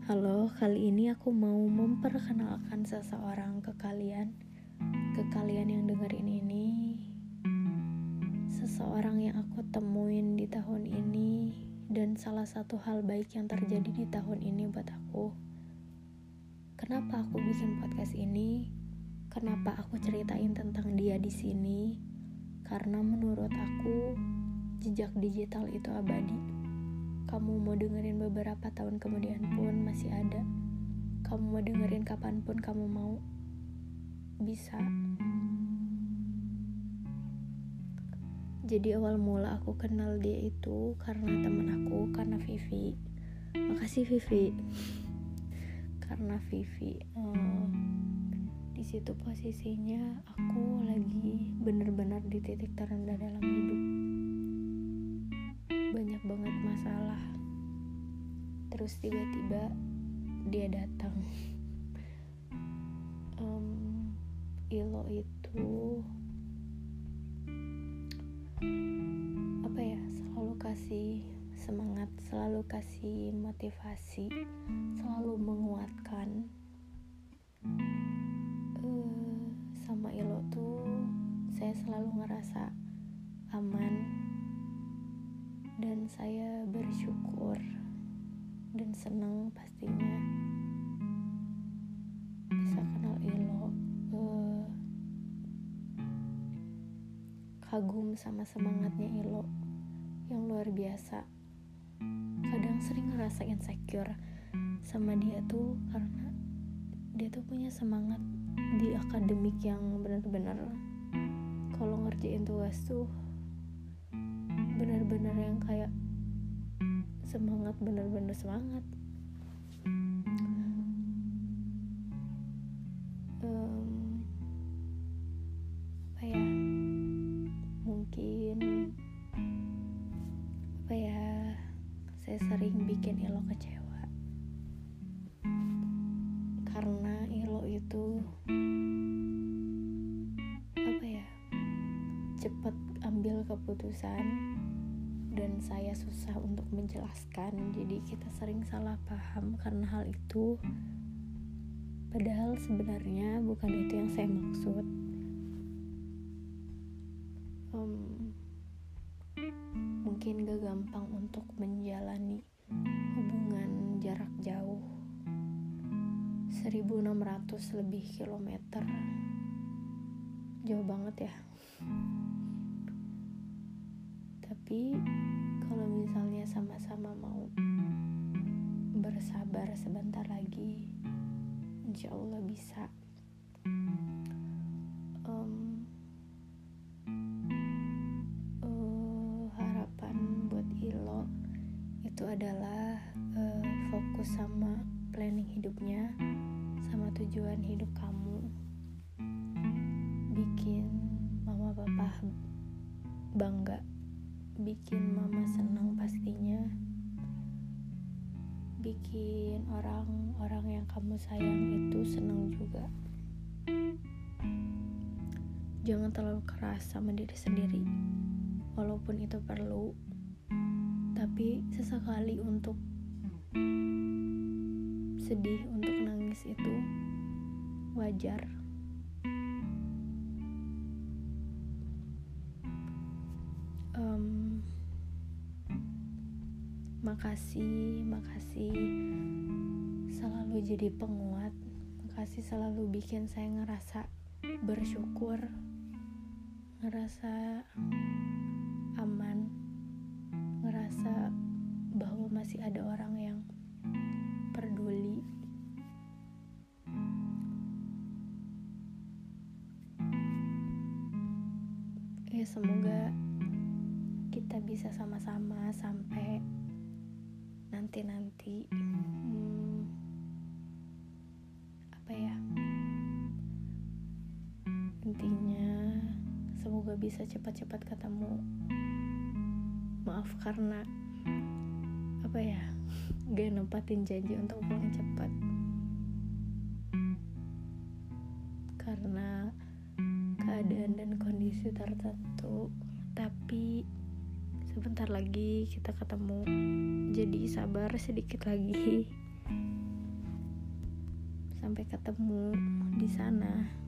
Halo, kali ini aku mau memperkenalkan seseorang ke kalian. Ke kalian yang dengerin ini, seseorang yang aku temuin di tahun ini, dan salah satu hal baik yang terjadi di tahun ini buat aku. Kenapa aku bikin podcast ini? Kenapa aku ceritain tentang dia di sini? Karena menurut aku, jejak digital itu abadi. Kamu mau dengerin beberapa tahun kemudian pun masih ada. Kamu mau dengerin kapanpun kamu mau, bisa. Jadi awal mula aku kenal dia itu karena temen aku, karena Vivi. Makasih Vivi. Karena Vivi di situ posisinya aku lagi bener-bener di titik terendah dalam hidup. Banyak banget masalah. Terus tiba-tiba dia datang. Ilo itu selalu kasih semangat, selalu kasih motivasi, selalu menguatkan. Sama Ilo tuh saya selalu ngerasa aman, dan saya bersyukur dan senang pastinya bisa kenal Ilo. Kagum sama semangatnya Ilo yang luar biasa. Kadang sering ngerasa insecure sama dia tuh karena dia tuh punya semangat di akademik yang benar-benar kalau ngerjain tugas tuh benar-benar yang kayak semangat, benar-benar semangat. Mungkin saya sering bikin Ilo kecewa karena Ilo itu cepat ambil keputusan dan saya susah untuk menjelaskan. Jadi kita sering salah paham karena hal itu, padahal sebenarnya bukan itu yang saya maksud. Mungkin gak gampang untuk menjalani hubungan jarak jauh 1600 lebih kilometer, jauh banget ya. Tapi kalau misalnya sama-sama mau bersabar sebentar lagi, insya Allah bisa. Harapan buat Ilo itu adalah fokus sama planning hidupnya, sama tujuan hidup kamu. Bikin mama papa bangga, bikin mama senang pastinya, bikin orang-orang yang kamu sayang itu senang juga. Jangan terlalu keras sama diri sendiri, walaupun itu perlu, tapi sesekali untuk sedih, untuk nangis itu wajar. Makasih selalu jadi penguat. Makasih selalu bikin saya ngerasa bersyukur, ngerasa aman, ngerasa bahwa masih ada orang yang peduli. Ya semoga kita bisa sama-sama sampai nanti intinya semoga bisa cepat-cepat ketemu. Maaf karena gak nempatin janji untuk pulang cepat karena keadaan dan kondisi tertentu. Tapi sebentar lagi kita ketemu, jadi sabar sedikit lagi. sampai ketemu di sana.